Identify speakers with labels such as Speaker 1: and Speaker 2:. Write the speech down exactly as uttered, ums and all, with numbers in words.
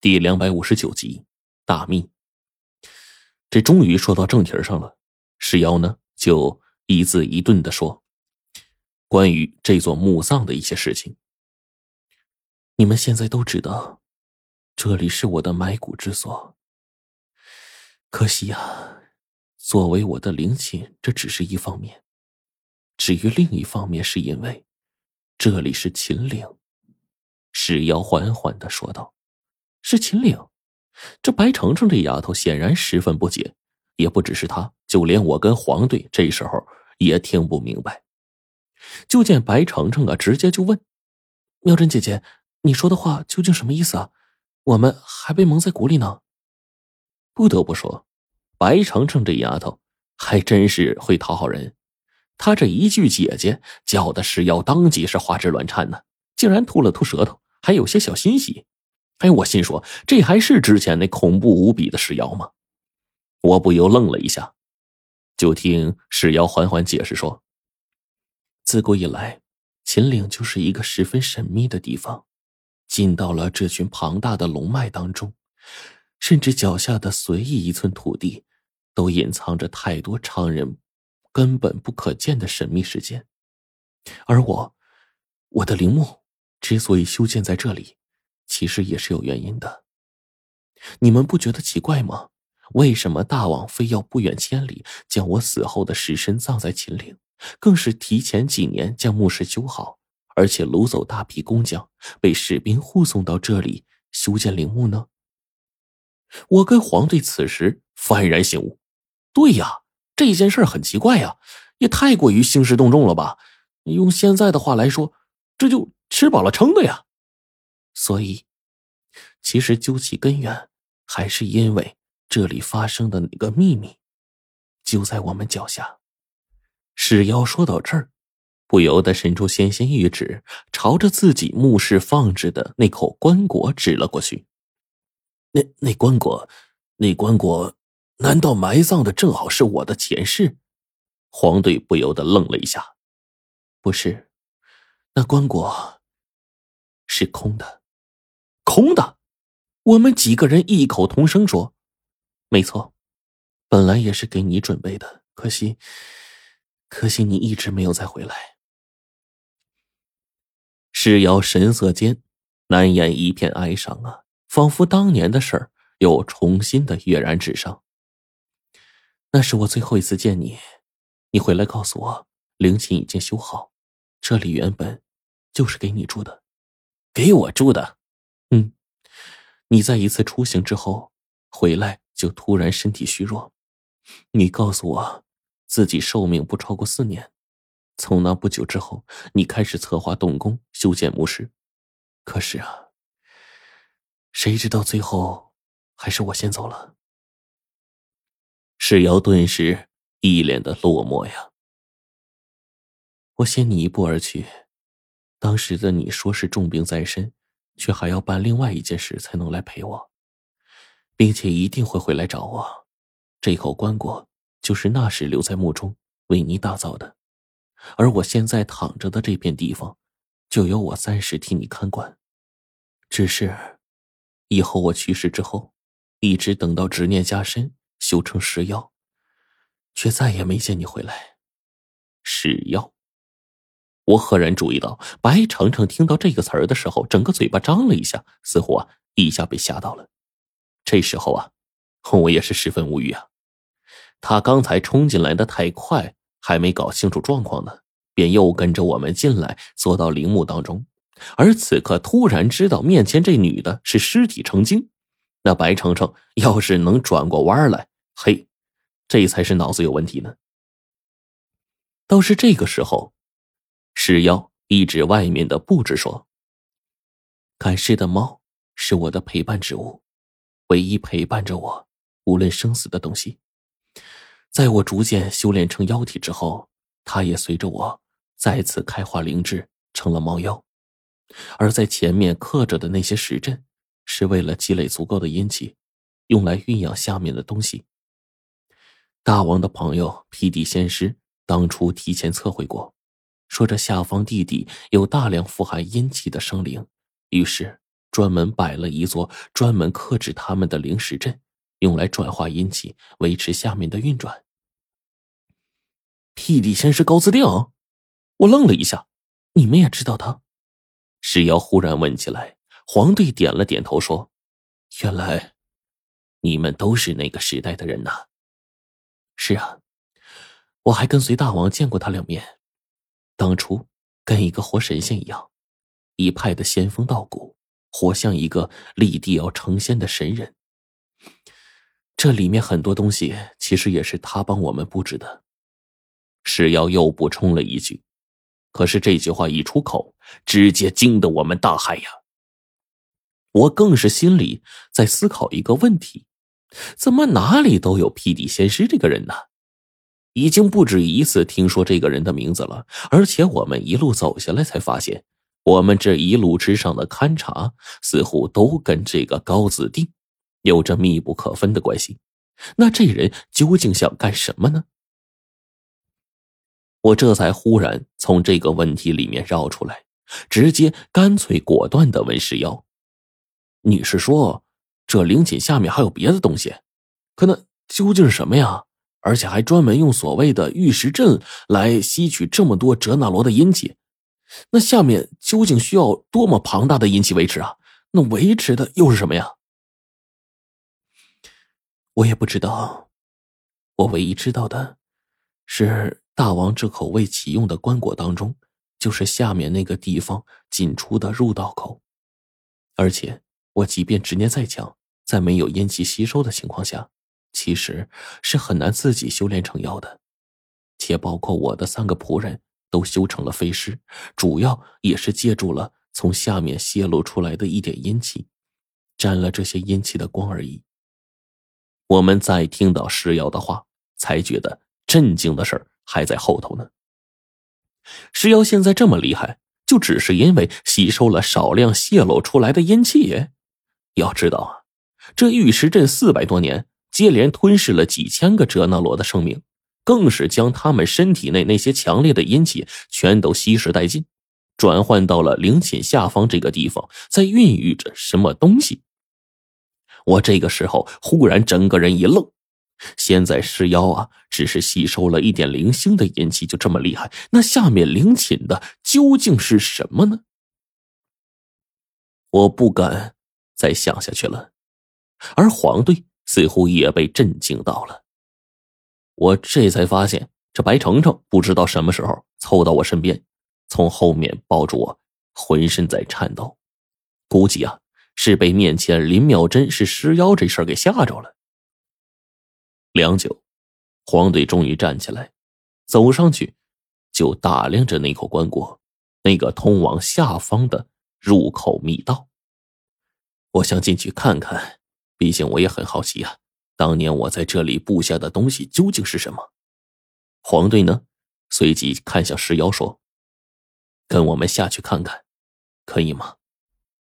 Speaker 1: 第两百五十九集大秘。这终于说到正题上了，石妖呢就一字一顿地说关于这座墓葬的一些事情。你们现在都知道这里是我的埋骨之所，可惜啊，作为我的陵寝，这只是一方面，至于另一方面，是因为这里是秦岭。石妖缓缓地说道。是秦岭？这白程程这丫头显然十分不解，也不只是她，就连我跟黄队这时候也听不明白。就见白程程啊，直接就问：妙珍姐姐，你说的话究竟什么意思啊？我们还被蒙在鼓里呢。不得不说，白程程这丫头还真是会讨好人。她这一句姐姐叫的石妖当即是花枝乱颤呢，竟然吐了吐舌头，还有些小欣喜。哎，我心说，这还是之前那恐怖无比的石妖吗？我不由愣了一下，就听石妖缓缓解释说，自古以来，秦岭就是一个十分神秘的地方，进到了这群庞大的龙脉当中，甚至脚下的随意一寸土地都隐藏着太多常人根本不可见的神秘事件。而我我的陵墓之所以修建在这里，其实也是有原因的。你们不觉得奇怪吗？为什么大王非要不远千里将我死后的尸身葬在秦岭，更是提前几年将墓室修好，而且掳走大批工匠，被士兵护送到这里修建陵墓呢？我跟黄队此时幡然醒悟，对呀，这件事很奇怪呀，也太过于兴师动众了吧？用现在的话来说，这就吃饱了撑的呀。所以其实究其根源，还是因为这里发生的那个秘密就在我们脚下。石妖说到这儿，不由得伸出纤纤玉指，朝着自己墓室放置的那口棺椁指了过去。那那棺椁那棺椁难道埋葬的正好是我的前世？黄队不由得愣了一下。不是，那棺椁是空的。空的？我们几个人异口同声说，没错，本来也是给你准备的，可惜可惜你一直没有再回来。石瑶神色间难掩一片哀伤啊，仿佛当年的事儿又重新的跃然纸上。那是我最后一次见你，你回来告诉我陵寝已经修好，这里原本就是给你住的。给我住的？嗯，你在一次出行之后回来就突然身体虚弱，你告诉我自己寿命不超过四年。从那不久之后，你开始策划动工修建墓室。可是啊，谁知道最后还是我先走了。石瑶顿时一脸的落寞呀。我先你一步而去，当时的你说是重病在身，却还要办另外一件事才能来陪我，并且一定会回来找我。这口棺椁就是那时留在墓中为你打造的，而我现在躺着的这片地方就由我暂时替你看管。只是以后我去世之后，一直等到执念加深，修成石妖，却再也没见你回来。石妖？我赫然注意到白程程听到这个词儿的时候，整个嘴巴张了一下，似乎啊一下被吓到了。这时候啊，我也是十分无语啊。他刚才冲进来的太快，还没搞清楚状况呢，便又跟着我们进来，坐到陵墓当中。而此刻突然知道面前这女的是尸体成精，那白程程要是能转过弯来，嘿，这才是脑子有问题呢。倒是这个时候，石妖一指外面的布置说，赶尸的猫是我的陪伴之物，唯一陪伴着我无论生死的东西。在我逐渐修炼成妖体之后，它也随着我再次开化灵智，成了猫妖。而在前面刻着的那些石阵，是为了积累足够的阴气，用来酝养下面的东西。大王的朋友辟地仙师当初提前测绘过，说这下方地底有大量富含阴气的生灵，于是专门摆了一座专门克制他们的灵石阵，用来转化阴气，维持下面的运转。辟地仙师高自定？我愣了一下，你们也知道他？石瑶忽然问起来。黄队点了点头说，原来你们都是那个时代的人呐。是啊，我还跟随大王见过他两面，当初跟一个活神仙一样，一派的仙风道骨，活像一个立地要成仙的神人。这里面很多东西其实也是他帮我们布置的。石瑶又补充了一句，可是这句话一出口，直接惊得我们大骇呀！我更是心里在思考一个问题，怎么哪里都有辟地仙师这个人呢？已经不止一次听说这个人的名字了，而且我们一路走下来才发现，我们这一路之上的勘察似乎都跟这个高子定有着密不可分的关系。那这人究竟想干什么呢？我这才忽然从这个问题里面绕出来，直接干脆果断地问石妖，你是说这灵寝下面还有别的东西？可那究竟是什么呀？而且还专门用所谓的玉石阵来吸取这么多哲那罗的阴气，那下面究竟需要多么庞大的阴气维持啊？那维持的又是什么呀？我也不知道，我唯一知道的是大王这口未启用的棺椁当中，就是下面那个地方进出的入道口，而且我即便执念再强，在没有阴气吸收的情况下，其实是很难自己修炼成妖的。且包括我的三个仆人都修成了飞尸，主要也是借助了从下面泄露出来的一点阴气，沾了这些阴气的光而已。我们再听到石瑶的话，才觉得震惊的事儿还在后头呢。石瑶现在这么厉害，就只是因为吸收了少量泄露出来的阴气。要知道啊，这玉石阵四百多年，接连吞噬了几千个哲那罗的生命，更是将他们身体内那些强烈的阴气全都稀释殆尽，转换到了灵寝下方这个地方，在孕育着什么东西。我这个时候忽然整个人一愣，现在石妖啊，只是吸收了一点零星的阴气就这么厉害，那下面灵寝的究竟是什么呢？我不敢再想下去了，而黄队似乎也被震惊到了。我这才发现，这白程程不知道什么时候凑到我身边，从后面抱住我，浑身在颤抖，估计啊是被面前林妙真是尸妖这事儿给吓着了。良久，黄队终于站起来，走上去就打量着那口棺椁，那个通往下方的入口密道。我想进去看看，毕竟我也很好奇啊，当年我在这里布下的东西究竟是什么。黄队呢，随即看向石妖说，跟我们下去看看，可以吗？